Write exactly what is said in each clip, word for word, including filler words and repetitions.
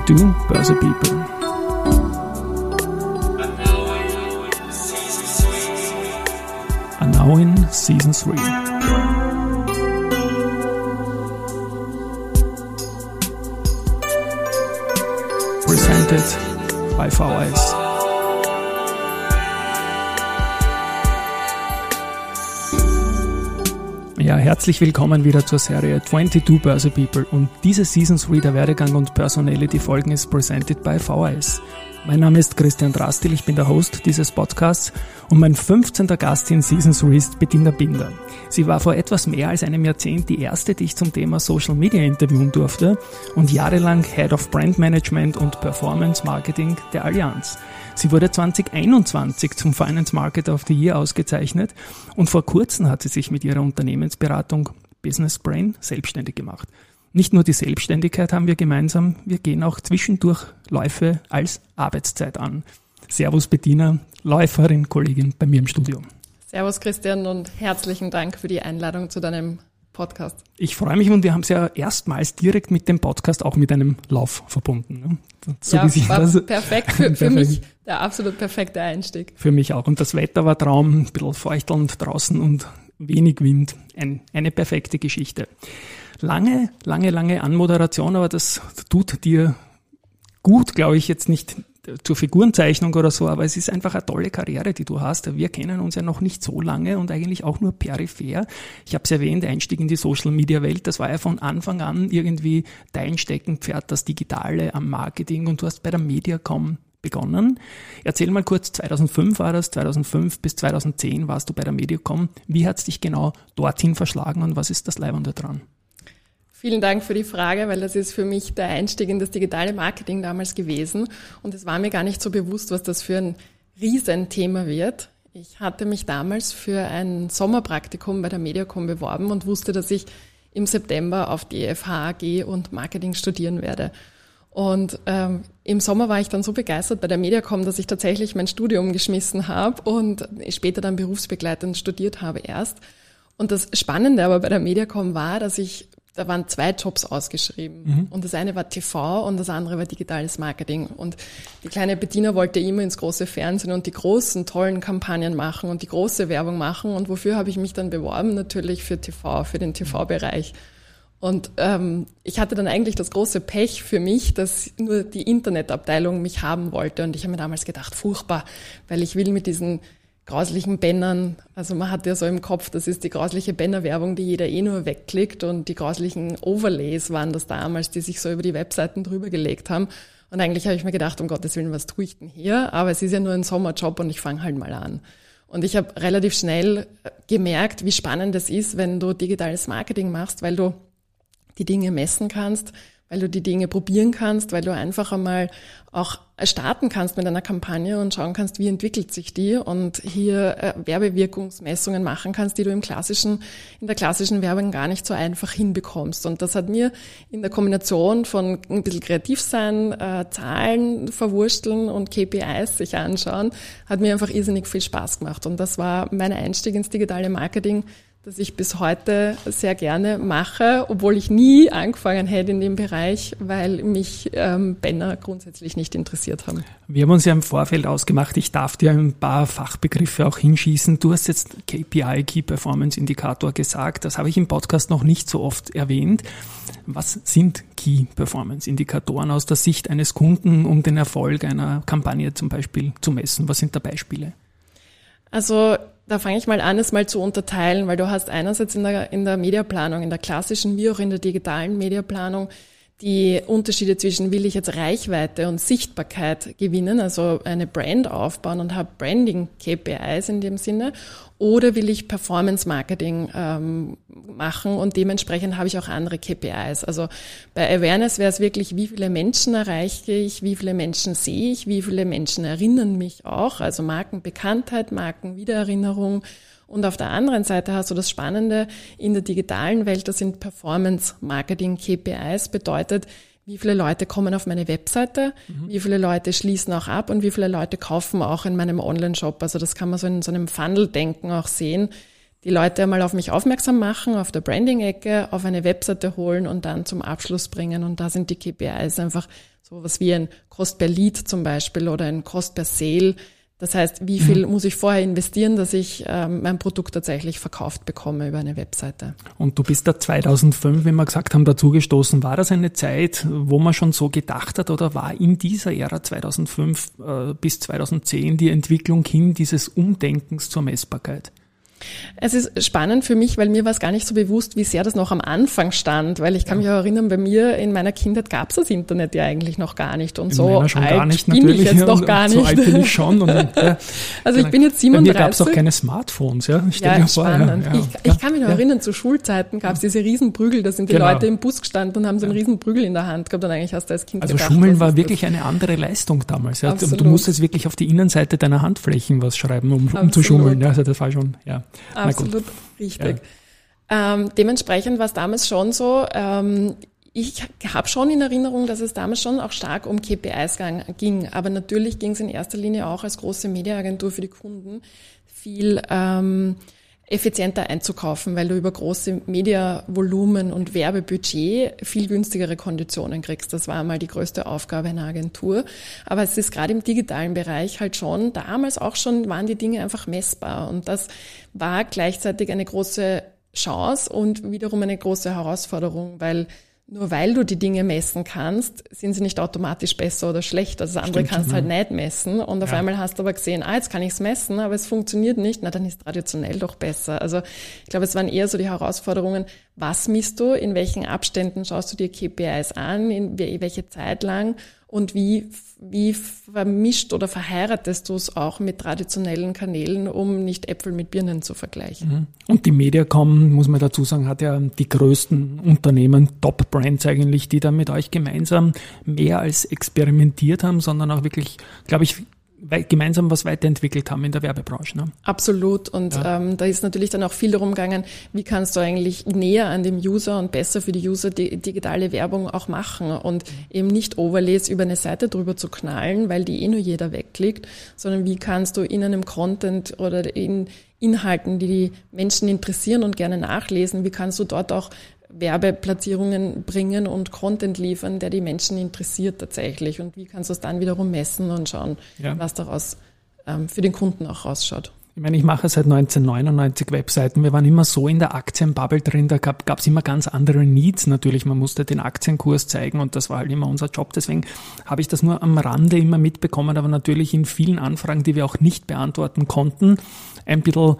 twenty-two Börse People. And now in Season three. Presented by V S. Ja, herzlich willkommen wieder zur Serie twenty-two Börse People und diese Season three der Werdegang und Personality Folgen ist presented by V S. Mein Name ist Christian Drastil, ich bin der Host dieses Podcasts und mein fünfzehnter Gast in Season three ist Bettina Binder. Sie war vor etwas mehr als einem Jahrzehnt die erste, die ich zum Thema Social Media interviewen durfte und jahrelang Head of Brand Management und Performance Marketing der Allianz. Sie wurde zwanzig einundzwanzig zum Finance Marketer of the Year ausgezeichnet und vor kurzem hat sie sich mit ihrer Unternehmensberatung Business Brain selbstständig gemacht. Nicht nur die Selbstständigkeit haben wir gemeinsam, wir gehen auch zwischendurch Läufe als Arbeitszeit an. Servus Bettina, Läuferin, Kollegin bei mir im Studio. Servus Christian und herzlichen Dank für die Einladung zu deinem Podcast. Ich freue mich und wir haben es ja erstmals direkt mit dem Podcast auch mit einem Lauf verbunden. So ja, wie war das perfekt für, für mich, der absolut perfekte Einstieg. Für mich auch und das Wetter war Traum, ein bisschen feuchtelnd draußen und wenig Wind, ein, eine perfekte Geschichte. Lange, lange, lange Anmoderation, aber das tut dir gut, glaube ich, jetzt nicht zur Figurenzeichnung oder so, aber es ist einfach eine tolle Karriere, die du hast. Wir kennen uns ja noch nicht so lange und eigentlich auch nur peripher. Ich habe es erwähnt, Einstieg in die Social-Media-Welt, das war ja von Anfang an irgendwie dein Steckenpferd, das Digitale am Marketing und du hast bei der Mediacom begonnen. Erzähl mal kurz, zweitausendfünf war das, zweitausendfünf bis zweitausendzehn warst du bei der Mediacom. Wie hat es dich genau dorthin verschlagen und was ist das Leibende dran? Vielen Dank für die Frage, weil das ist für mich der Einstieg in das digitale Marketing damals gewesen und es war mir gar nicht so bewusst, was das für ein Riesenthema wird. Ich hatte mich damals für ein Sommerpraktikum bei der Mediacom beworben und wusste, dass ich im September auf die F H A G und Marketing studieren werde. Und ähm, im Sommer war ich dann so begeistert bei der Mediacom, dass ich tatsächlich mein Studium geschmissen habe und später dann berufsbegleitend studiert habe erst. Und das Spannende aber bei der Mediacom war, dass ich Da waren zwei Jobs ausgeschrieben mhm. und das eine war T V und das andere war digitales Marketing und die kleine Bettina wollte immer ins große Fernsehen und die großen, tollen Kampagnen machen und die große Werbung machen und wofür habe ich mich dann beworben? Natürlich für T V, für den T V-Bereich. Und ähm, ich hatte dann eigentlich das große Pech für mich, dass nur die Internetabteilung mich haben wollte und ich habe mir damals gedacht, furchtbar, weil ich will mit diesen grauslichen Bannern, also man hat ja so im Kopf, das ist die grausliche Bannerwerbung, die jeder eh nur wegklickt und die grauslichen Overlays waren das damals, die sich so über die Webseiten drüber gelegt haben und eigentlich habe ich mir gedacht, um Gottes Willen, was tue ich denn hier, aber es ist ja nur ein Sommerjob und ich fange halt mal an. Und ich habe relativ schnell gemerkt, wie spannend es ist, wenn du digitales Marketing machst, weil du die Dinge messen kannst, weil du die Dinge probieren kannst, weil du einfach einmal auch starten kannst mit einer Kampagne und schauen kannst, wie entwickelt sich die und hier äh, Werbewirkungsmessungen machen kannst, die du im klassischen, in der klassischen Werbung gar nicht so einfach hinbekommst. Und das hat mir in der Kombination von ein bisschen kreativ sein, äh, Zahlen verwursteln und K P Is sich anschauen, hat mir einfach irrsinnig viel Spaß gemacht. Und das war mein Einstieg ins digitale Marketing, das ich bis heute sehr gerne mache, obwohl ich nie angefangen hätte in dem Bereich, weil mich ähm, Banner grundsätzlich nicht interessiert haben. Wir haben uns ja im Vorfeld ausgemacht, ich darf dir ein paar Fachbegriffe auch hinschießen. Du hast jetzt K P I, Key Performance Indicator gesagt, das habe ich im Podcast noch nicht so oft erwähnt. Was sind Key Performance Indikatoren aus der Sicht eines Kunden, um den Erfolg einer Kampagne zum Beispiel zu messen? Was sind da Beispiele? Also da fange ich mal an, es mal zu unterteilen, weil du hast einerseits in der, in der Mediaplanung, in der klassischen wie auch in der digitalen Mediaplanung die Unterschiede zwischen, will ich jetzt Reichweite und Sichtbarkeit gewinnen, also eine Brand aufbauen und habe Branding-K P Is in dem Sinne, oder will ich Performance-Marketing ähm, machen und dementsprechend habe ich auch andere K P Is. Also bei Awareness wäre es wirklich, wie viele Menschen erreiche ich, wie viele Menschen sehe ich, wie viele Menschen erinnern mich auch, also Markenbekanntheit, Markenwiedererinnerung. Und auf der anderen Seite hast du das Spannende in der digitalen Welt, das sind Performance-Marketing-K P Is, bedeutet, wie viele Leute kommen auf meine Webseite, mhm. wie viele Leute schließen auch ab und wie viele Leute kaufen auch in meinem Online-Shop. Also das kann man so in so einem Funnel-Denken auch sehen. die Leute einmal auf mich aufmerksam machen, auf der Branding-Ecke, auf eine Webseite holen und dann zum Abschluss bringen. Und da sind die K P Is einfach so was wie ein Cost per Lead zum Beispiel oder ein Cost per Sale. Das heißt, wie viel mhm. muss ich vorher investieren, dass ich ähm, mein Produkt tatsächlich verkauft bekomme über eine Webseite. Und du bist da zweitausendfünf, wie wir gesagt haben, dazugestoßen. War das eine Zeit, wo man schon so gedacht hat, oder war in dieser Ära zweitausendfünf äh, bis zweitausendzehn die Entwicklung hin dieses Umdenkens zur Messbarkeit? Es ist spannend für mich, weil mir war es gar nicht so bewusst, wie sehr das noch am Anfang stand, weil ich kann mich auch erinnern, bei mir in meiner Kindheit gab es das Internet ja eigentlich noch gar nicht und in so alt gar nicht, bin ich jetzt noch gar nicht. So alt bin ich schon. Und, ja, also ich bin jetzt siebenunddreißig. Bei mir gab es auch keine Smartphones. Ja, ich ja, vor, spannend. Ja, ja, ich, ich kann mich noch ja. erinnern, zu Schulzeiten gab es diese Riesenprügel, da sind die genau. Leute im Bus gestanden und haben so einen Riesenprügel in der Hand gehabt und eigentlich hast du als Kind Also gedacht, Schummeln war wirklich eine andere Leistung damals. Ja. Du musstest wirklich auf die Innenseite deiner Handflächen was schreiben, um, um zu schummeln. Ja, also das war schon, ja. Absolut. Richtig. Ja. Ähm, dementsprechend war es damals schon so, ähm, ich habe schon in Erinnerung, dass es damals schon auch stark um K P Is ging, aber natürlich ging es in erster Linie auch als große Mediaagentur für die Kunden viel ähm, effizienter einzukaufen, weil du über große Mediavolumen und Werbebudget viel günstigere Konditionen kriegst. Das war einmal die größte Aufgabe einer Agentur. Aber es ist gerade im digitalen Bereich halt schon, damals auch schon waren die Dinge einfach messbar. Und das war gleichzeitig eine große Chance und wiederum eine große Herausforderung, weil nur weil du die Dinge messen kannst, sind sie nicht automatisch besser oder schlechter. Also das andere Stimmt, kannst du ja. halt nicht messen. Und auf ja. einmal hast du aber gesehen, ah, jetzt kann ich es messen, aber es funktioniert nicht. Na, dann ist traditionell doch besser. Also ich glaube, es waren eher so die Herausforderungen, was misst du, in welchen Abständen schaust du dir K P Is an, in welche Zeit lang und wie, wie vermischt oder verheiratest du es auch mit traditionellen Kanälen, um nicht Äpfel mit Birnen zu vergleichen. Und die Mediacom, muss man dazu sagen, hat ja die größten Unternehmen, Top-Brands eigentlich, die da mit euch gemeinsam mehr als experimentiert haben, sondern auch wirklich, glaube ich, gemeinsam was weiterentwickelt haben in der Werbebranche. Ne? Absolut. Und ja. ähm, da ist natürlich dann auch viel darum gegangen, wie kannst du eigentlich näher an dem User und besser für die User die digitale Werbung auch machen und mhm. eben nicht Overlays über eine Seite drüber zu knallen, weil die eh nur jeder wegklickt, sondern wie kannst du in einem Content oder in Inhalten, die die Menschen interessieren und gerne nachlesen, wie kannst du dort auch Werbeplatzierungen bringen und Content liefern, der die Menschen interessiert tatsächlich. Und wie kannst du es dann wiederum messen und schauen, ja. was daraus ähm, für den Kunden auch rausschaut. Ich meine, ich mache seit neunzehnhundertneunundneunzig Webseiten. Wir waren immer so in der Aktienbubble drin, da gab es immer ganz andere Needs natürlich. Man musste den Aktienkurs zeigen und das war halt immer unser Job. Deswegen habe ich das nur am Rande immer mitbekommen, aber natürlich in vielen Anfragen, die wir auch nicht beantworten konnten, ein bisschen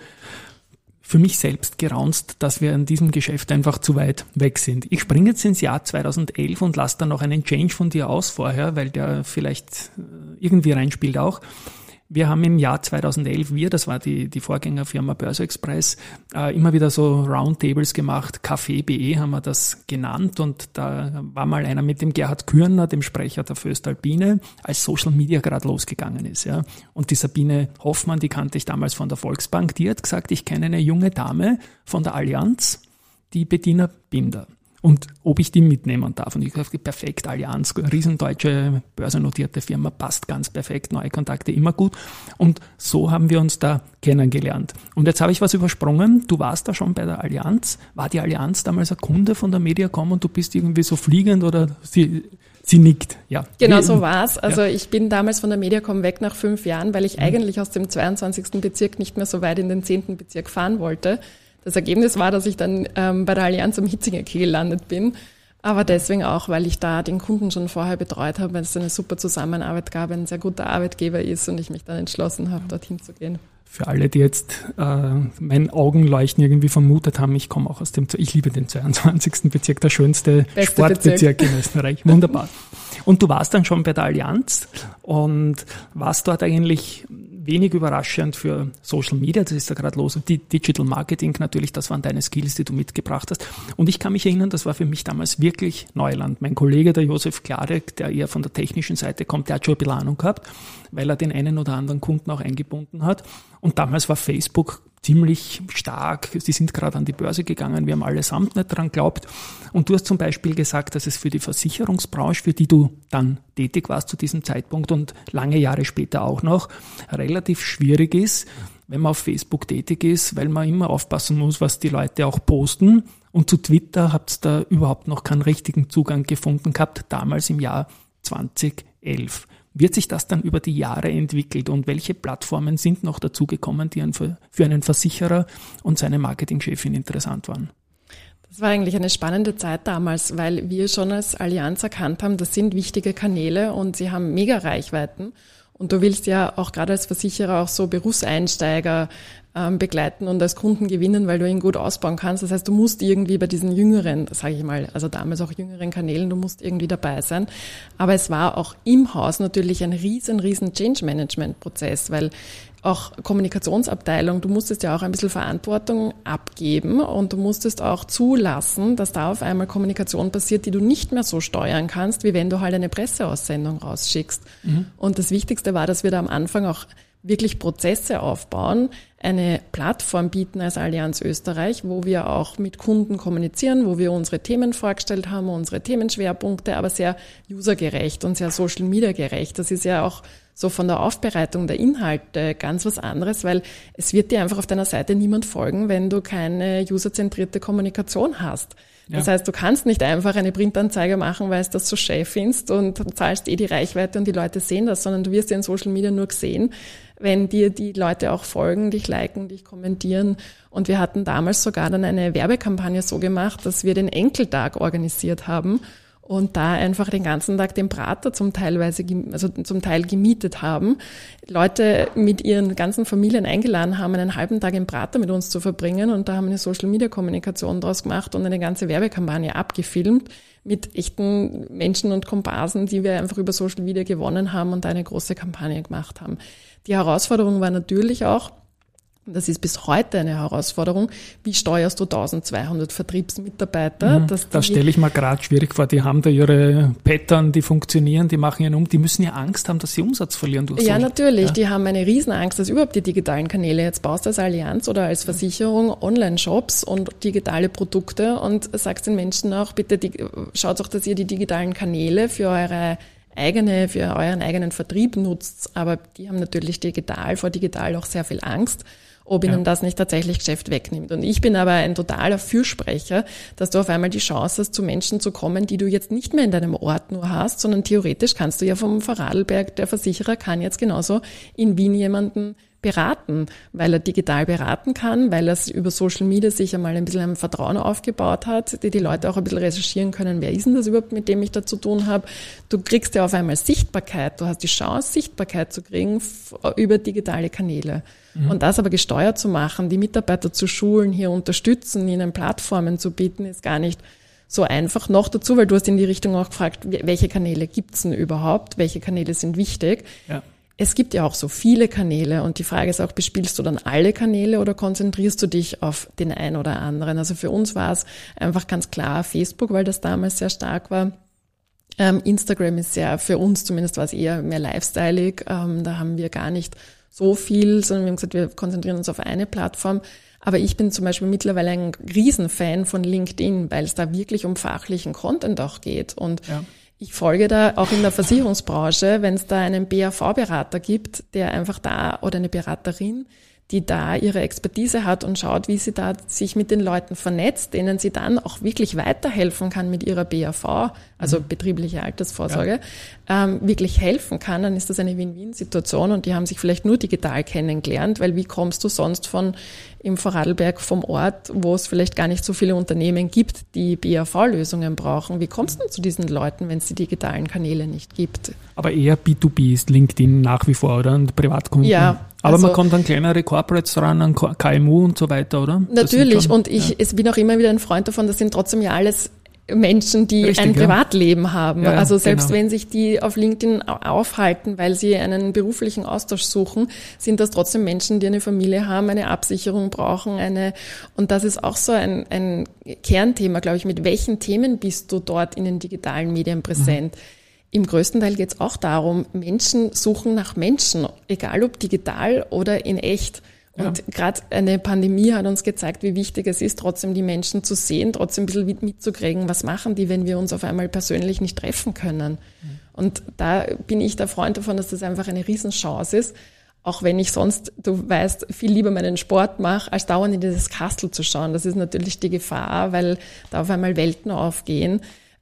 für mich selbst geraunzt, dass wir in diesem Geschäft einfach zu weit weg sind. Ich springe jetzt ins Jahr zweitausendelf und lasse dann noch einen Change von dir aus vorher, weil der vielleicht irgendwie reinspielt auch. Wir haben im Jahr zweitausendelf, wir, das war die, die Vorgängerfirma Börse Express, äh, immer wieder so Roundtables gemacht. Café B E haben wir das genannt und da war mal einer mit dem Gerhard Kürner, dem Sprecher der Voestalpine, als Social Media gerade losgegangen ist. Ja. Und die Sabine Hoffmann, die kannte ich damals von der Volksbank, die hat gesagt, ich kenne eine junge Dame von der Allianz, die Bettina Binder. Und ob ich die mitnehmen darf. Und ich dachte, perfekt, Allianz, riesendeutsche börsennotierte Firma, passt ganz perfekt, neue Kontakte, immer gut. Und so haben wir uns da kennengelernt. Und jetzt habe ich was übersprungen. Du warst da schon bei der Allianz. War die Allianz damals ein Kunde von der Mediacom und du bist irgendwie so fliegend oder sie... Sie nickt, ja. Genau so war's. Also ja. ich bin damals von der Mediacom weg nach fünf Jahren, weil ich mhm. eigentlich aus dem zweiundzwanzigsten Bezirk nicht mehr so weit in den zehnten Bezirk fahren wollte. Das Ergebnis war, dass ich dann ähm, bei der Allianz am Hitzinger-Quai gelandet bin. Aber deswegen auch, weil ich da den Kunden schon vorher betreut habe, weil es eine super Zusammenarbeit gab, ein sehr guter Arbeitgeber ist und ich mich dann entschlossen habe, dorthin zu gehen. Für alle, die jetzt äh, mein Augenleuchten irgendwie vermutet haben, ich komme auch aus dem, ich liebe den zweiundzwanzigsten Bezirk, der schönste Beste Sportbezirk Bezirk. in Österreich. Wunderbar. Und du warst dann schon bei der Allianz und warst dort eigentlich wenig überraschend für Social Media, das ist ja gerade los, die Digital Marketing natürlich, das waren deine Skills, die du mitgebracht hast. Und ich kann mich erinnern, das war für mich damals wirklich Neuland. Mein Kollege, der Josef Klarek, der eher von der technischen Seite kommt, der hat schon ein bisschen Ahnung gehabt, weil er den einen oder anderen Kunden auch eingebunden hat. Und damals war Facebook ziemlich stark. Sie sind gerade an die Börse gegangen. Wir haben allesamt nicht dran geglaubt. Und du hast zum Beispiel gesagt, dass es für die Versicherungsbranche, für die du dann tätig warst zu diesem Zeitpunkt und lange Jahre später auch noch, relativ schwierig ist, wenn man auf Facebook tätig ist, weil man immer aufpassen muss, was die Leute auch posten. Und zu Twitter habt ihr da überhaupt noch keinen richtigen Zugang gefunden gehabt, damals im Jahr zweitausendelf. Wird sich das dann über die Jahre entwickelt und welche Plattformen sind noch dazugekommen, die für einen Versicherer und seine Marketingchefin interessant waren? Das war eigentlich eine spannende Zeit damals, weil wir schon als Allianz erkannt haben, das sind wichtige Kanäle und sie haben mega Reichweiten. Und du willst ja auch gerade als Versicherer auch so Berufseinsteiger ähm, begleiten und als Kunden gewinnen, weil du ihn gut ausbauen kannst. Das heißt, du musst irgendwie bei diesen jüngeren, sage ich mal, also damals auch jüngeren Kanälen, du musst irgendwie dabei sein. Aber es war auch im Haus natürlich ein riesen, riesen Change-Management-Prozess, weil auch Kommunikationsabteilung, du musstest ja auch ein bisschen Verantwortung abgeben und du musstest auch zulassen, dass da auf einmal Kommunikation passiert, die du nicht mehr so steuern kannst, wie wenn du halt eine Presseaussendung rausschickst. Mhm. Und das Wichtigste war, dass wir da am Anfang auch wirklich Prozesse aufbauen, eine Plattform bieten als Allianz Österreich, wo wir auch mit Kunden kommunizieren, wo wir unsere Themen vorgestellt haben, unsere Themenschwerpunkte, aber sehr usergerecht und sehr Social Media gerecht. Das ist ja auch so von der Aufbereitung der Inhalte ganz was anderes, weil es wird dir einfach auf deiner Seite niemand folgen, wenn du keine userzentrierte Kommunikation hast. Ja. Das heißt, du kannst nicht einfach eine Printanzeige machen, weil es das so schön findest und zahlst eh die Reichweite und die Leute sehen das, sondern du wirst ja in Social Media nur gesehen, wenn dir die Leute auch folgen, dich liken, dich kommentieren. Und wir hatten damals sogar dann eine Werbekampagne so gemacht, dass wir den Enkeltag organisiert haben und da einfach den ganzen Tag den Prater zum teilweise, also zum Teil gemietet haben, Leute mit ihren ganzen Familien eingeladen haben, einen halben Tag im Prater mit uns zu verbringen und da haben wir eine Social-Media-Kommunikation draus gemacht und eine ganze Werbekampagne abgefilmt mit echten Menschen und Komparsen, die wir einfach über Social Media gewonnen haben und da eine große Kampagne gemacht haben. Die Herausforderung war natürlich auch, das ist bis heute eine Herausforderung, wie steuerst du eintausendzweihundert Vertriebsmitarbeiter? Mhm, dass das stelle ich mir gerade schwierig vor. Die haben da ihre Pattern, die funktionieren, die machen ihren um, die müssen ja Angst haben, dass sie Umsatz verlieren durch Ja, so. natürlich. Ja. Die haben eine Riesenangst, dass überhaupt die digitalen Kanäle, jetzt baust du als Allianz oder als Versicherung Online-Shops und digitale Produkte und sagst den Menschen auch, bitte die, schaut auch, dass ihr die digitalen Kanäle für eure eigene, für euren eigenen Vertrieb nutzt. Aber die haben natürlich digital, vor digital auch sehr viel Angst, ob ihnen ja. das nicht tatsächlich Geschäft wegnimmt. Und ich bin aber ein totaler Fürsprecher, dass du auf einmal die Chance hast, zu Menschen zu kommen, die du jetzt nicht mehr in deinem Ort nur hast, sondern theoretisch kannst du ja vom Vorarlberg, der Versicherer kann jetzt genauso in Wien jemanden beraten, weil er digital beraten kann, weil er über Social Media sich einmal ein bisschen ein Vertrauen aufgebaut hat, die die Leute auch ein bisschen recherchieren können, wer ist denn das überhaupt, mit dem ich da zu tun habe. Du kriegst ja auf einmal Sichtbarkeit, du hast die Chance, Sichtbarkeit zu kriegen über digitale Kanäle. Mhm. Und das aber gesteuert zu machen, die Mitarbeiter zu schulen, hier unterstützen, ihnen Plattformen zu bieten, ist gar nicht so einfach. Noch dazu, weil du hast in die Richtung auch gefragt, welche Kanäle gibt's denn überhaupt, welche Kanäle sind wichtig. Ja. Es gibt ja auch so viele Kanäle und die Frage ist auch, bespielst du dann alle Kanäle oder konzentrierst du dich auf den einen oder anderen? Also für uns war es einfach ganz klar Facebook, weil das damals sehr stark war. Ähm, Instagram ist sehr, für uns zumindest war es eher mehr lifestyleig. Ähm, da haben wir gar nicht so viel, sondern wir haben gesagt, wir konzentrieren uns auf eine Plattform. Aber ich bin zum Beispiel mittlerweile ein Riesenfan von LinkedIn, weil es da wirklich um fachlichen Content auch geht. Und ja. ich folge da auch in der Versicherungsbranche, wenn es da einen B A V-Berater gibt, der einfach da, oder eine Beraterin, die da ihre Expertise hat und schaut, wie sie da sich mit den Leuten vernetzt, denen sie dann auch wirklich weiterhelfen kann mit ihrer B A V, also mhm. betriebliche Altersvorsorge, ja. ähm, wirklich helfen kann, dann ist das eine Win-Win-Situation und die haben sich vielleicht nur digital kennengelernt, weil wie kommst du sonst von im Vorarlberg vom Ort, wo es vielleicht gar nicht so viele Unternehmen gibt, die B A V-Lösungen brauchen, wie kommst du zu diesen Leuten, wenn es die digitalen Kanäle nicht gibt? Aber eher B zwei B ist LinkedIn nach wie vor, oder? Und Privatkunden. Ja. Aber also, man kommt an kleinere Corporates ran, an K M U und so weiter, oder? Natürlich. Schon, und ich ja. es bin auch immer wieder ein Freund davon, das sind trotzdem ja alles Menschen, die Richtig, ein Privatleben ja. haben. Ja, also selbst genau. wenn sich die auf LinkedIn aufhalten, weil sie einen beruflichen Austausch suchen, sind das trotzdem Menschen, die eine Familie haben, eine Absicherung brauchen, eine, und das ist auch so ein, ein Kernthema, glaube ich. Mit welchen Themen bist du dort in den digitalen Medien präsent? Mhm. Im größten Teil geht es auch darum, Menschen suchen nach Menschen, egal ob digital oder in echt. Und ja. gerade eine Pandemie hat uns gezeigt, wie wichtig es ist, trotzdem die Menschen zu sehen, trotzdem ein bisschen mitzukriegen, was machen die, wenn wir uns auf einmal persönlich nicht treffen können. Mhm. Und da bin ich der Freund davon, dass das einfach eine Riesenchance ist. Auch wenn ich sonst, du weißt, viel lieber meinen Sport mache, als dauernd in dieses Kastel zu schauen. Das ist natürlich die Gefahr, weil da auf einmal Welten aufgehen.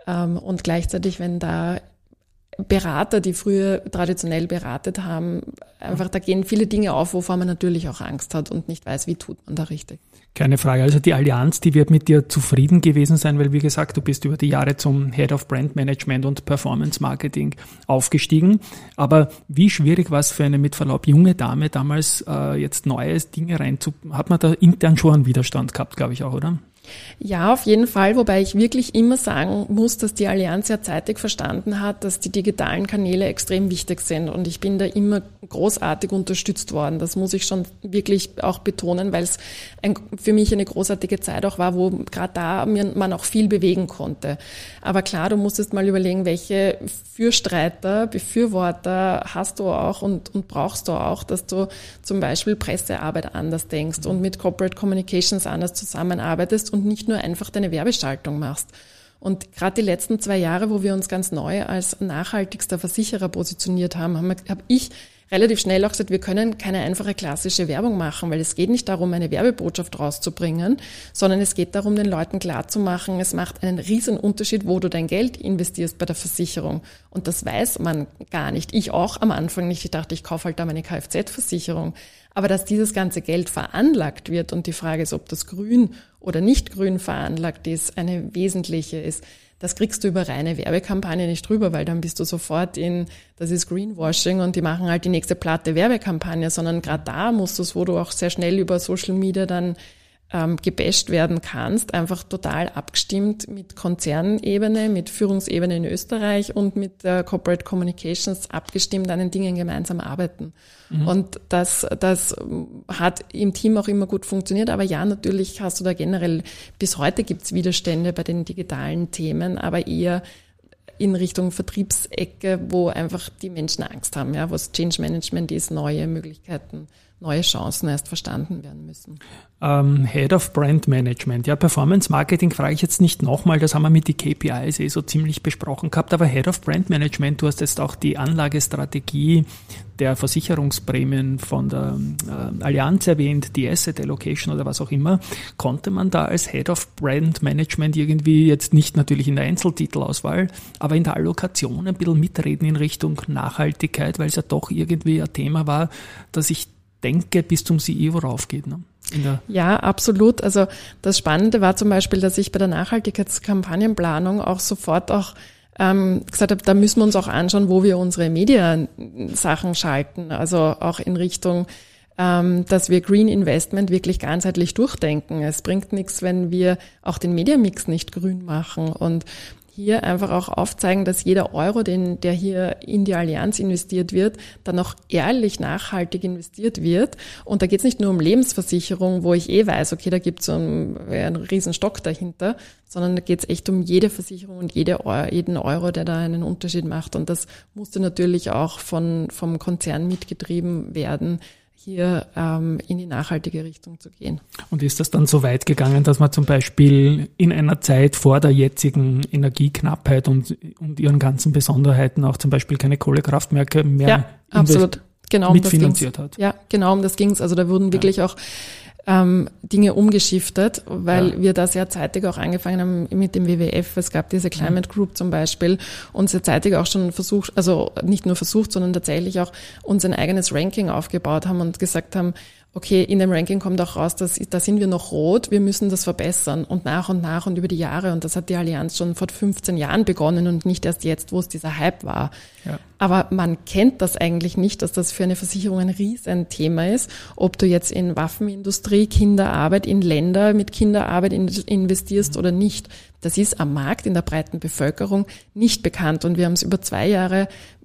Und gleichzeitig, wenn da Berater, die früher traditionell beratet haben, einfach da gehen viele Dinge auf, wovor man natürlich auch Angst hat und nicht weiß, wie tut man da richtig. Keine Frage. Also die Allianz, die wird mit dir zufrieden gewesen sein, weil wie gesagt, du bist über die Jahre zum Head of Brand Management und Performance Marketing aufgestiegen. Aber wie schwierig war es für eine mit Verlaub junge Dame damals, äh, jetzt neue Dinge reinzu... Hat man da intern schon einen Widerstand gehabt, glaube ich auch, oder? Ja, auf jeden Fall, wobei ich wirklich immer sagen muss, dass die Allianz ja zeitig verstanden hat, dass die digitalen Kanäle extrem wichtig sind und ich bin da immer großartig unterstützt worden. Das muss ich schon wirklich auch betonen, weil es ein, für mich eine großartige Zeit auch war, wo gerade da man auch viel bewegen konnte. Aber klar, du musstest mal überlegen, welche Fürstreiter, Befürworter hast du auch und, und brauchst du auch, dass du zum Beispiel Pressearbeit anders denkst und mit Corporate Communications anders zusammenarbeitest und nicht nur einfach deine Werbeschaltung machst. Und gerade die letzten zwei Jahre, wo wir uns ganz neu als nachhaltigster Versicherer positioniert haben, habe hab ich relativ schnell auch gesagt, wir können keine einfache klassische Werbung machen, weil es geht nicht darum, eine Werbebotschaft rauszubringen, sondern es geht darum, den Leuten klarzumachen, es macht einen riesen Unterschied, wo du dein Geld investierst bei der Versicherung. Und das weiß man gar nicht. Ich auch am Anfang nicht. Ich dachte, ich kaufe halt da meine Kfz-Versicherung. Aber dass dieses ganze Geld veranlagt wird und die Frage ist, ob das grün oder nicht grün veranlagt ist, eine wesentliche ist, das kriegst du über reine Werbekampagne nicht drüber, weil dann bist du sofort in, das ist Greenwashing und die machen halt die nächste platte Werbekampagne, sondern gerade da musst du es, wo du auch sehr schnell über Social Media dann ähm, gebasht werden kannst, einfach total abgestimmt mit Konzernebene, mit Führungsebene in Österreich und mit der Corporate Communications abgestimmt an den Dingen gemeinsam arbeiten. Mhm. Und das, das hat im Team auch immer gut funktioniert. Aber ja, natürlich hast du da generell, bis heute gibt's Widerstände bei den digitalen Themen, aber eher in Richtung Vertriebsecke, wo einfach die Menschen Angst haben, ja, was Change Management ist, neue Möglichkeiten, neue Chancen erst verstanden werden müssen. Um, Head of Brand Management. Ja, Performance Marketing frage ich jetzt nicht nochmal, das haben wir mit die K P Is eh so ziemlich besprochen gehabt, aber Head of Brand Management, du hast jetzt auch die Anlagestrategie der Versicherungsprämien von der äh, Allianz erwähnt, die Asset Allocation oder was auch immer. Konnte man da als Head of Brand Management irgendwie jetzt nicht natürlich in der Einzeltitelauswahl, aber in der Allokation ein bisschen mitreden in Richtung Nachhaltigkeit, weil es ja doch irgendwie ein Thema war, das ich denke, bis zum C E O raufgeht, ne? In der ja, absolut. Also das Spannende war zum Beispiel, dass ich bei der Nachhaltigkeitskampagnenplanung auch sofort auch ähm, gesagt habe, da müssen wir uns auch anschauen, wo wir unsere Media-Sachen schalten. Also auch in Richtung, ähm, dass wir Green Investment wirklich ganzheitlich durchdenken. Es bringt nichts, wenn wir auch den Media-Mix nicht grün machen und hier einfach auch aufzeigen, dass jeder Euro, den, der hier in die Allianz investiert wird, dann auch ehrlich nachhaltig investiert wird. Und da geht es nicht nur um Lebensversicherung, wo ich eh weiß, okay, da gibt es so einen, einen riesen Stock dahinter, sondern da geht es echt um jede Versicherung und jede Euro, jeden Euro, der da einen Unterschied macht. Und das musste natürlich auch von, vom Konzern mitgetrieben werden, hier ähm, in die nachhaltige Richtung zu gehen. Und ist das dann so weit gegangen, dass man zum Beispiel in einer Zeit vor der jetzigen Energieknappheit und, und ihren ganzen Besonderheiten auch zum Beispiel keine Kohlekraftwerke mehr ja, absolut. Genau, mitfinanziert hat? Ja, genau, um das ging's. Also da wurden wirklich ja. auch ähm, Dinge umgeschiftet, weil ja. wir da sehr zeitig auch angefangen haben mit dem W W F. Es gab diese Climate Group zum Beispiel und sehr zeitig auch schon versucht, also nicht nur versucht, sondern tatsächlich auch uns ein eigenes Ranking aufgebaut haben und gesagt haben, okay, in dem Ranking kommt auch raus, dass da sind wir noch rot, wir müssen das verbessern und nach und nach und über die Jahre und das hat die Allianz schon vor fünfzehn Jahren begonnen und nicht erst jetzt, wo es dieser Hype war. Ja. Aber man kennt das eigentlich nicht, dass das für eine Versicherung ein Riesenthema ist, ob du jetzt in Waffenindustrie, Kinderarbeit, in Länder mit Kinderarbeit investierst oder nicht. Das ist am Markt in der breiten Bevölkerung nicht bekannt und wir haben es über zwei Jahre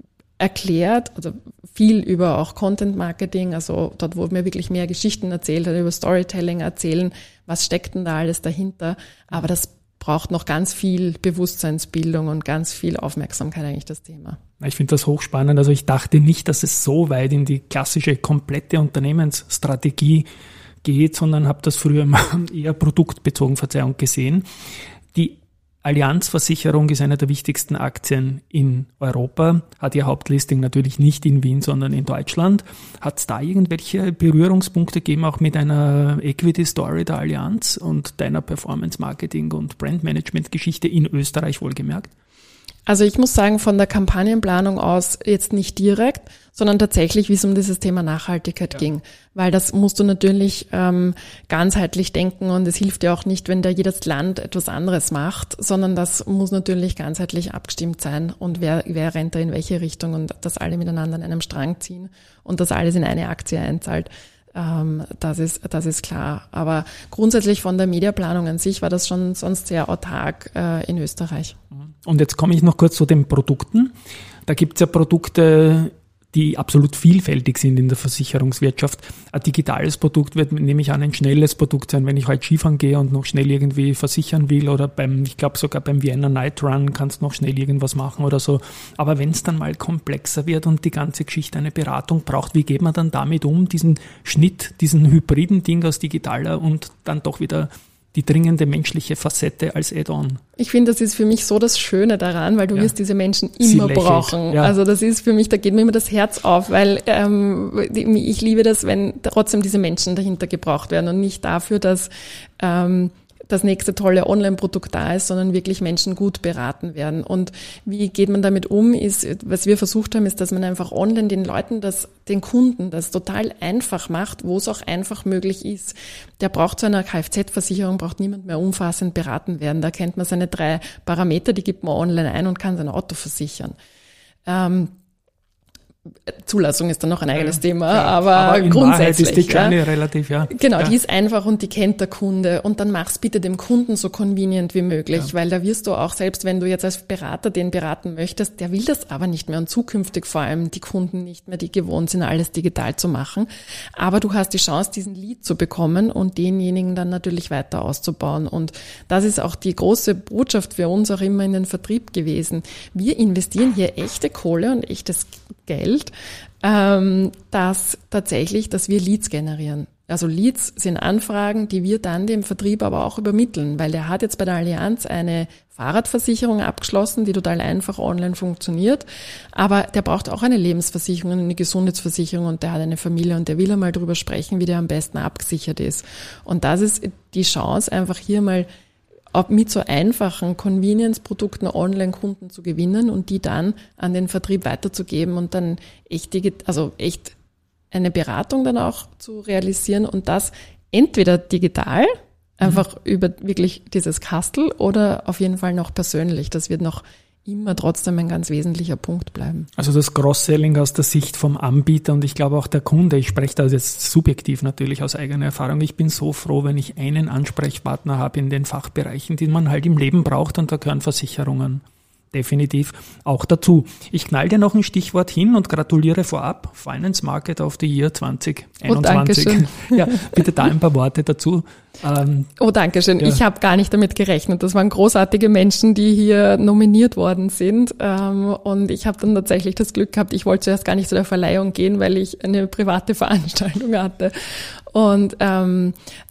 erklärt, also viel über auch Content Marketing, also dort, wo mir wirklich mehr Geschichten erzählt hat, über Storytelling erzählen, was steckt denn da alles dahinter, aber das braucht noch ganz viel Bewusstseinsbildung und ganz viel Aufmerksamkeit eigentlich, das Thema. Ich finde das hochspannend, also ich dachte nicht, dass es so weit in die klassische, komplette Unternehmensstrategie geht, sondern habe das früher eher produktbezogen, Verzeihung, gesehen. Die Allianz Versicherung ist eine der wichtigsten Aktien in Europa, hat ihr Hauptlisting natürlich nicht in Wien, sondern in Deutschland. Hat es da irgendwelche Berührungspunkte gegeben, auch mit einer Equity-Story der Allianz und deiner Performance-Marketing- und Brand-Management-Geschichte in Österreich wohlgemerkt? Also ich muss sagen, von der Kampagnenplanung aus jetzt nicht direkt, sondern tatsächlich, wie es um dieses Thema Nachhaltigkeit ja. ging. Weil das musst du natürlich ähm, ganzheitlich denken und es hilft ja auch nicht, wenn da jedes Land etwas anderes macht, sondern das muss natürlich ganzheitlich abgestimmt sein und wer, wer rennt da in welche Richtung und dass alle miteinander an einem Strang ziehen und dass alles in eine Aktie einzahlt. Das ist, das ist klar. Aber grundsätzlich von der Mediaplanung an sich war das schon sonst sehr autark äh, in Österreich. Und jetzt komme ich noch kurz zu den Produkten. Da gibt es ja Produkte, die absolut vielfältig sind in der Versicherungswirtschaft. Ein digitales Produkt wird nämlich an ein schnelles Produkt sein, wenn ich heute Skifahren gehe und noch schnell irgendwie versichern will oder beim, ich glaube sogar beim Vienna Night Run kannst du noch schnell irgendwas machen oder so. Aber wenn es dann mal komplexer wird und die ganze Geschichte eine Beratung braucht, wie geht man dann damit um, diesen Schnitt, diesen hybriden Ding aus digitaler und dann doch wieder die dringende menschliche Facette als Add-on? Ich finde, das ist für mich so das Schöne daran, weil du ja. wirst diese Menschen immer brauchen. Ja. Also das ist für mich, da geht mir immer das Herz auf, weil ähm, ich liebe das, wenn trotzdem diese Menschen dahinter gebraucht werden und nicht dafür, dass ähm, das nächste tolle Online-Produkt da ist, sondern wirklich Menschen gut beraten werden. Und wie geht man damit um, ist, was wir versucht haben, ist, dass man einfach online den Leuten, das, den Kunden, das total einfach macht, wo es auch einfach möglich ist. Der braucht zu einer Kfz-Versicherung, braucht niemand mehr umfassend beraten werden. Da kennt man seine drei Parameter, die gibt man online ein und kann sein Auto versichern. Ähm, Zulassung ist dann noch ein eigenes ja, Thema, ja, aber, aber in grundsätzlich Wahrheit ist die Journey ja, relativ, ja. Genau, ja. die ist einfach und die kennt der Kunde und dann mach's bitte dem Kunden so convenient wie möglich, ja. weil da wirst du auch, selbst wenn du jetzt als Berater den beraten möchtest, der will das aber nicht mehr und zukünftig vor allem die Kunden nicht mehr, die gewohnt sind, alles digital zu machen. Aber du hast die Chance, diesen Lead zu bekommen und denjenigen dann natürlich weiter auszubauen und das ist auch die große Botschaft für uns auch immer in den Vertrieb gewesen. Wir investieren hier echte Kohle und echtes Geld, ähm, dass tatsächlich, dass wir Leads generieren. Also Leads sind Anfragen, die wir dann dem Vertrieb aber auch übermitteln, weil der hat jetzt bei der Allianz eine Fahrradversicherung abgeschlossen, die total einfach online funktioniert, aber der braucht auch eine Lebensversicherung, eine Gesundheitsversicherung und der hat eine Familie und der will einmal drüber sprechen, wie der am besten abgesichert ist. Und das ist die Chance, einfach hier mal mit so einfachen Convenience-Produkten Online-Kunden zu gewinnen und die dann an den Vertrieb weiterzugeben und dann echt, also echt eine Beratung dann auch zu realisieren und das entweder digital, einfach mhm. über wirklich dieses Kastel oder auf jeden Fall noch persönlich. Das wird noch immer trotzdem ein ganz wesentlicher Punkt bleiben. Also das Cross-Selling aus der Sicht vom Anbieter und ich glaube auch der Kunde, ich spreche da jetzt subjektiv natürlich aus eigener Erfahrung, ich bin so froh, wenn ich einen Ansprechpartner habe in den Fachbereichen, die man halt im Leben braucht und da gehören Versicherungen definitiv auch dazu. Ich knall dir noch ein Stichwort hin und gratuliere vorab, Finance Market of the Year zwanzig einundzwanzig. Oh, ja, bitte da ein paar Worte dazu. Ähm, oh, danke schön. Ja. Ich habe gar nicht damit gerechnet. Das waren großartige Menschen, die hier nominiert worden sind. Ähm, und ich habe dann tatsächlich das Glück gehabt, ich wollte zuerst gar nicht zu der Verleihung gehen, weil ich eine private Veranstaltung hatte. Und ähm,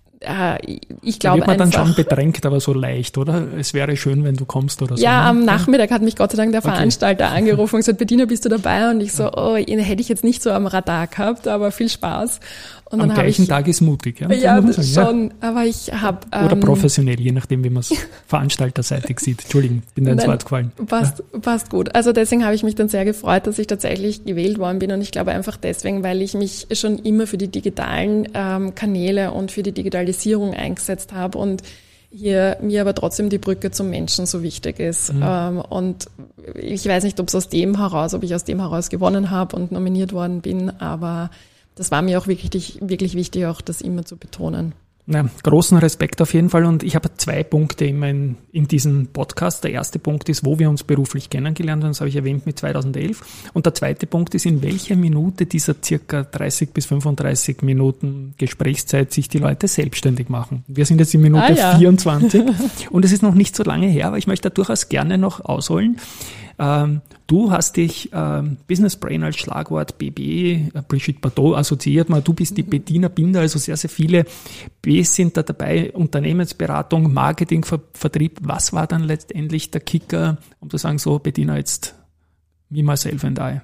ich glaube da wird man einfach, dann schon bedrängt, aber so leicht, oder? Es wäre schön, wenn du kommst oder so. Ja, ne? Am Nachmittag hat mich Gott sei Dank der Veranstalter okay. angerufen und gesagt, Bettina, bist du dabei? Und ich so, oh, ihn hätte ich jetzt nicht so am Radar gehabt, aber viel Spaß. Und am dann gleichen ich, Tag ist mutig, ja? Ja, das schon, ja. aber ich habe... Ähm, oder professionell, je nachdem, wie man es veranstalterseitig sieht. Entschuldigung, bin da ins Wort gefallen. Passt, ja. passt gut. Also deswegen habe ich mich dann sehr gefreut, dass ich tatsächlich gewählt worden bin und ich glaube einfach deswegen, weil ich mich schon immer für die digitalen ähm, Kanäle und für die Digitalisierung eingesetzt habe und hier mir aber trotzdem die Brücke zum Menschen so wichtig ist. Mhm. Ähm, und ich weiß nicht, ob es aus dem heraus, ob ich aus dem heraus gewonnen habe und nominiert worden bin, aber das war mir auch wirklich, wirklich wichtig, auch das immer zu betonen. Na, großen Respekt auf jeden Fall und ich habe zwei Punkte immer in, in diesem Podcast. Der erste Punkt ist, wo wir uns beruflich kennengelernt haben, das habe ich erwähnt mit zweitausendelf und der zweite Punkt ist, in welcher Minute dieser circa dreißig bis fünfunddreißig Minuten Gesprächszeit sich die Leute selbstständig machen. Wir sind jetzt in Minute ah, ja. vierundzwanzig und es ist noch nicht so lange her, aber ich möchte da durchaus gerne noch ausholen. Ähm, du hast dich ähm, Business Brain als Schlagwort B B, äh, Brigitte Bardot assoziiert mal, du bist die Bettina Binder, also sehr, sehr viele Bs sind da dabei, Unternehmensberatung, Marketing, Ver- Vertrieb. Was war dann letztendlich der Kicker, um zu sagen, so Bettina, jetzt me, myself and I?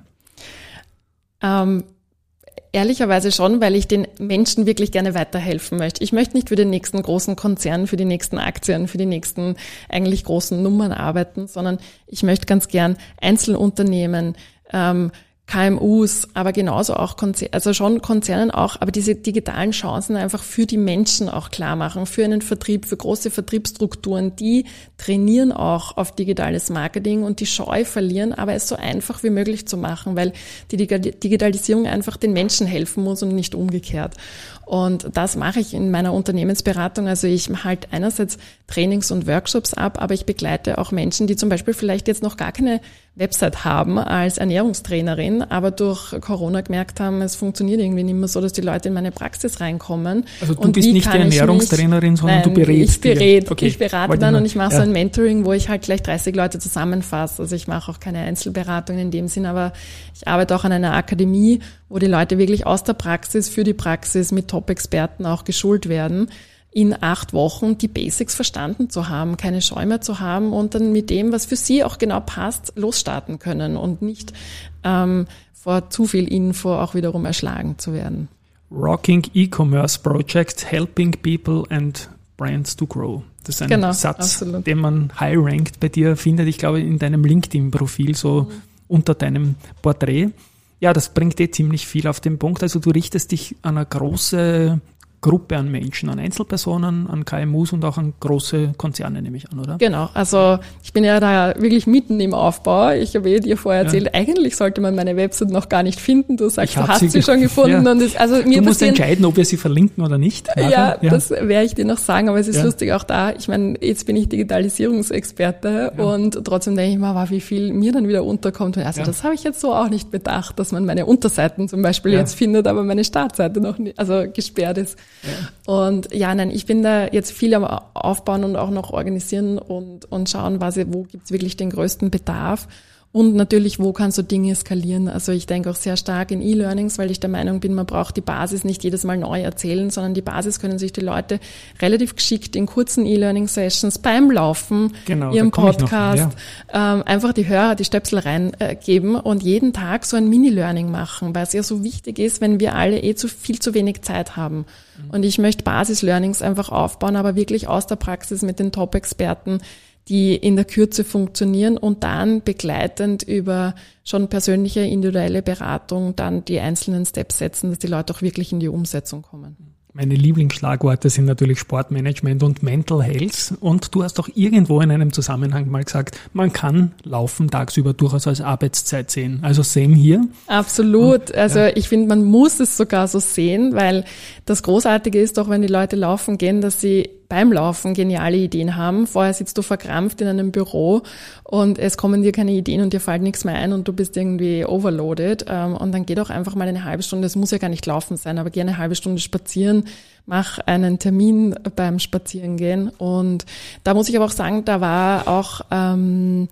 Ähm, Ehrlicherweise schon, weil ich den Menschen wirklich gerne weiterhelfen möchte. Ich möchte nicht für den nächsten großen Konzern, für die nächsten Aktien, für die nächsten eigentlich großen Nummern arbeiten, sondern ich möchte ganz gern Einzelunternehmen, ähm, K M Us, aber genauso auch Konzerne, also schon Konzernen auch, aber diese digitalen Chancen einfach für die Menschen auch klar machen, für einen Vertrieb, für große Vertriebsstrukturen, die trainieren auch auf digitales Marketing und die Scheu verlieren, aber es so einfach wie möglich zu machen, weil die Digitalisierung einfach den Menschen helfen muss und nicht umgekehrt. Und das mache ich in meiner Unternehmensberatung. Also ich halte einerseits Trainings und Workshops ab, aber ich begleite auch Menschen, die zum Beispiel vielleicht jetzt noch gar keine Website haben als Ernährungstrainerin, aber durch Corona gemerkt haben, es funktioniert irgendwie nicht mehr so, dass die Leute in meine Praxis reinkommen. Also du und bist nicht die Ernährungstrainerin, sondern nein, du berätst. Ich berät, okay. ich berate Wollte dann mal. und ich mache ja. so ein Mentoring, wo ich halt gleich dreißig Leute zusammenfasse. Also ich mache auch keine Einzelberatung in dem Sinn, aber ich arbeite auch an einer Akademie, wo die Leute wirklich aus der Praxis für die Praxis mit Top-Experten auch geschult werden, in acht Wochen die Basics verstanden zu haben, keine Scheu mehr zu haben und dann mit dem, was für sie auch genau passt, losstarten können und nicht ähm, vor zu viel Info auch wiederum erschlagen zu werden. Rocking E-Commerce Project, helping people and brands to grow. Das ist ein genau, Satz, absolut. den man high-ranked bei dir findet, ich glaube in deinem LinkedIn-Profil, so mhm. unter deinem Porträt. Ja, das bringt eh ziemlich viel auf den Punkt. Also du richtest dich an eine große Gruppe an Menschen, an Einzelpersonen, an K M Us und auch an große Konzerne, nehme ich an, oder? Genau, also ich bin ja da wirklich mitten im Aufbau. Ich habe eh dir vorher erzählt, ja. Eigentlich sollte man meine Website noch gar nicht finden. Du sagst, du hast sie, sie schon gefunden. Ja. Und das, also mir du musst entscheiden, ob wir sie verlinken oder nicht. Ja, ja, das werde ich dir noch sagen, aber es ist ja. lustig auch da. Ich meine, jetzt bin ich Digitalisierungsexperte ja. und trotzdem denke ich mal, wow, wie viel mir dann wieder unterkommt. Also ja. das habe ich jetzt so auch nicht bedacht, dass man meine Unterseiten zum Beispiel ja. jetzt findet, aber meine Startseite noch nicht, also gesperrt ist. Ja. Und ja, nein, ich bin da jetzt viel am Aufbauen und auch noch organisieren und, und schauen, was, wo gibt's wirklich den größten Bedarf. Und natürlich, wo kannst du Dinge skalieren? Also ich denke auch sehr stark in E-Learnings, weil ich der Meinung bin, man braucht die Basis nicht jedes Mal neu erzählen, sondern die Basis können sich die Leute relativ geschickt in kurzen E-Learning-Sessions beim Laufen, genau, ihrem Podcast, noch, ja. ähm, einfach die Hörer, die Stöpsel reingeben und jeden Tag so ein Mini-Learning machen, weil es ja so wichtig ist, wenn wir alle eh zu viel zu wenig Zeit haben. Mhm. Und ich möchte Basis-Learnings einfach aufbauen, aber wirklich aus der Praxis mit den Top-Experten, die in der Kürze funktionieren und dann begleitend über schon persönliche, individuelle Beratung dann die einzelnen Steps setzen, dass die Leute auch wirklich in die Umsetzung kommen. Meine Lieblingsschlagworte sind natürlich Sportmanagement und Mental Health. Und du hast auch irgendwo in einem Zusammenhang mal gesagt, man kann Laufen tagsüber durchaus als Arbeitszeit sehen. Also same hier. Absolut. Und, also ja. ich finde, man muss es sogar so sehen, weil das Großartige ist doch, wenn die Leute laufen gehen, dass sie beim Laufen geniale Ideen haben. Vorher sitzt du verkrampft in einem Büro und es kommen dir keine Ideen und dir fällt nichts mehr ein und du bist irgendwie overloaded. Und dann geh doch einfach mal eine halbe Stunde, es muss ja gar nicht laufen sein, aber geh eine halbe Stunde spazieren, mach einen Termin beim Spazierengehen. Und da muss ich aber auch sagen, da war auch... Ähm,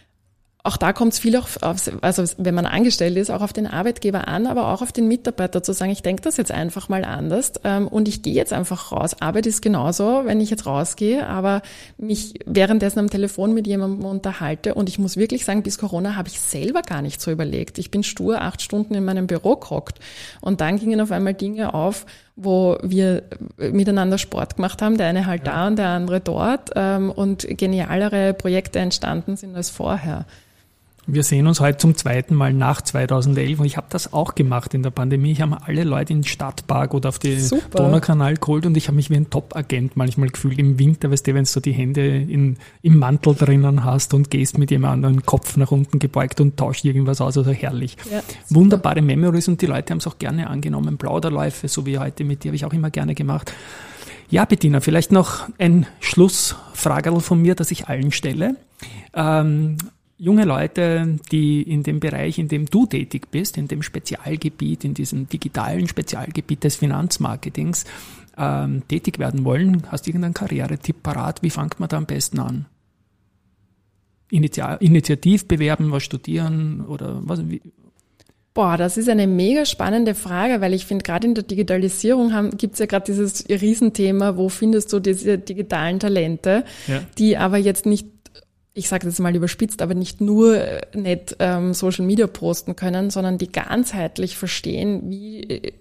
Auch da kommt es viel auf, also wenn man angestellt ist, auch auf den Arbeitgeber an, aber auch auf den Mitarbeiter zu sagen, ich denke das jetzt einfach mal anders ähm, und ich gehe jetzt einfach raus. Arbeit ist genauso, wenn ich jetzt rausgehe, aber mich währenddessen am Telefon mit jemandem unterhalte und ich muss wirklich sagen, bis Corona habe ich selber gar nicht so überlegt. Ich bin stur acht Stunden in meinem Büro gehockt und dann gingen auf einmal Dinge auf, wo wir miteinander Sport gemacht haben, der eine halt ja. da und der andere dort ähm, und genialere Projekte entstanden sind als vorher. Wir sehen uns heute zum zweiten Mal nach zweitausendelf und ich habe das auch gemacht in der Pandemie. Ich habe alle Leute in den Stadtpark oder auf den Donaukanal geholt und ich habe mich wie ein Top-Agent manchmal gefühlt im Winter, weißt du, wenn du die Hände in, im Mantel drinnen hast und gehst mit jemandem den Kopf nach unten gebeugt und tauscht irgendwas aus, also herrlich. Ja, wunderbare Memories und die Leute haben es auch gerne angenommen. Plauderläufe, so wie heute mit dir, habe ich auch immer gerne gemacht. Ja, Bettina, vielleicht noch ein Schlussfragerl von mir, das ich allen stelle. Ähm, Junge Leute, die in dem Bereich, in dem du tätig bist, in dem Spezialgebiet, in diesem digitalen Spezialgebiet des Finanzmarketings ähm, tätig werden wollen, hast du irgendeinen Karrieretipp parat? Wie fängt man da am besten an? Initial, initiativ bewerben, was studieren oder was? Wie? Boah, das ist eine mega spannende Frage, weil ich finde, gerade in der Digitalisierung gibt es ja gerade dieses Riesenthema, wo findest du diese digitalen Talente, ja. die aber jetzt nicht, ich sage das mal überspitzt, aber nicht nur nicht ähm, Social Media posten können, sondern die ganzheitlich verstehen, wie,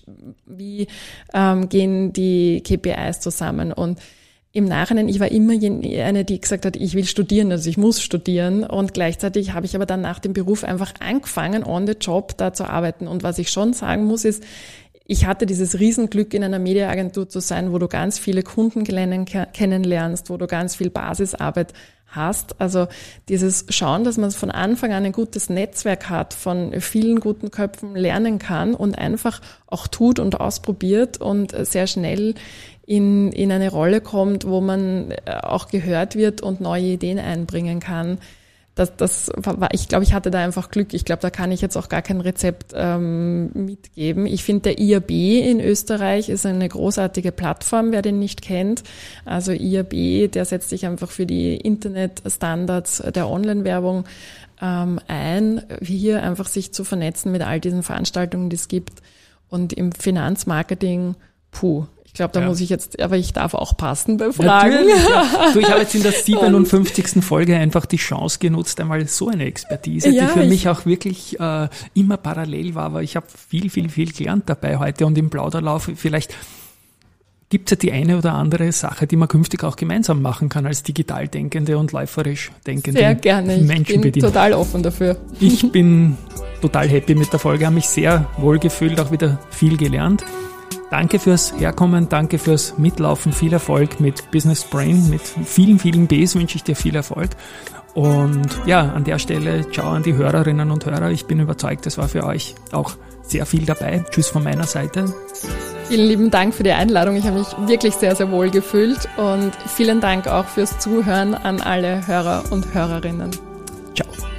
wie ähm, gehen die K P Is zusammen. Und im Nachhinein, ich war immer eine, die gesagt hat, ich will studieren, also ich muss studieren, und gleichzeitig habe ich aber dann nach dem Beruf einfach angefangen, on the job da zu arbeiten. Und was ich schon sagen muss, ist, ich hatte dieses Riesenglück, in einer Mediaagentur zu sein, wo du ganz viele Kunden kennenlernst, wo du ganz viel Basisarbeit hast. Also dieses Schauen, dass man von Anfang an ein gutes Netzwerk hat, von vielen guten Köpfen lernen kann und einfach auch tut und ausprobiert und sehr schnell in, in eine Rolle kommt, wo man auch gehört wird und neue Ideen einbringen kann. Das, das war, ich glaube, ich hatte da einfach Glück. Ich glaube, da kann ich jetzt auch gar kein Rezept ähm, mitgeben. Ich finde, der I A B in Österreich ist eine großartige Plattform, wer den nicht kennt. Also I A B, der setzt sich einfach für die Internetstandards der Online-Werbung ähm, ein, hier einfach sich zu vernetzen mit all diesen Veranstaltungen, die es gibt. Und im Finanzmarketing, puh. Ich glaube, da ja. muss ich jetzt, aber ich darf auch passen bei Fragen. Natürlich, ja. Du, ich habe jetzt in der siebenundfünfzigsten Folge einfach die Chance genutzt, einmal so eine Expertise, ja, die für mich auch wirklich äh, immer parallel war, aber ich habe viel, viel, viel gelernt dabei heute, und im Plauderlauf vielleicht gibt es ja die eine oder andere Sache, die man künftig auch gemeinsam machen kann als digital denkende und läuferisch denkende Sehr gerne, Menschen. Ich bin bedienen. Total offen dafür. Ich bin total happy mit der Folge, habe mich sehr wohl gefühlt, auch wieder viel gelernt. Danke fürs Herkommen, danke fürs Mitlaufen, viel Erfolg mit Business Brain, mit vielen, vielen Bs wünsche ich dir viel Erfolg. Und ja, an der Stelle, ciao an die Hörerinnen und Hörer. Ich bin überzeugt, es war für euch auch sehr viel dabei. Tschüss von meiner Seite. Vielen lieben Dank für die Einladung. Ich habe mich wirklich sehr, sehr wohl gefühlt, und vielen Dank auch fürs Zuhören an alle Hörer und Hörerinnen. Ciao.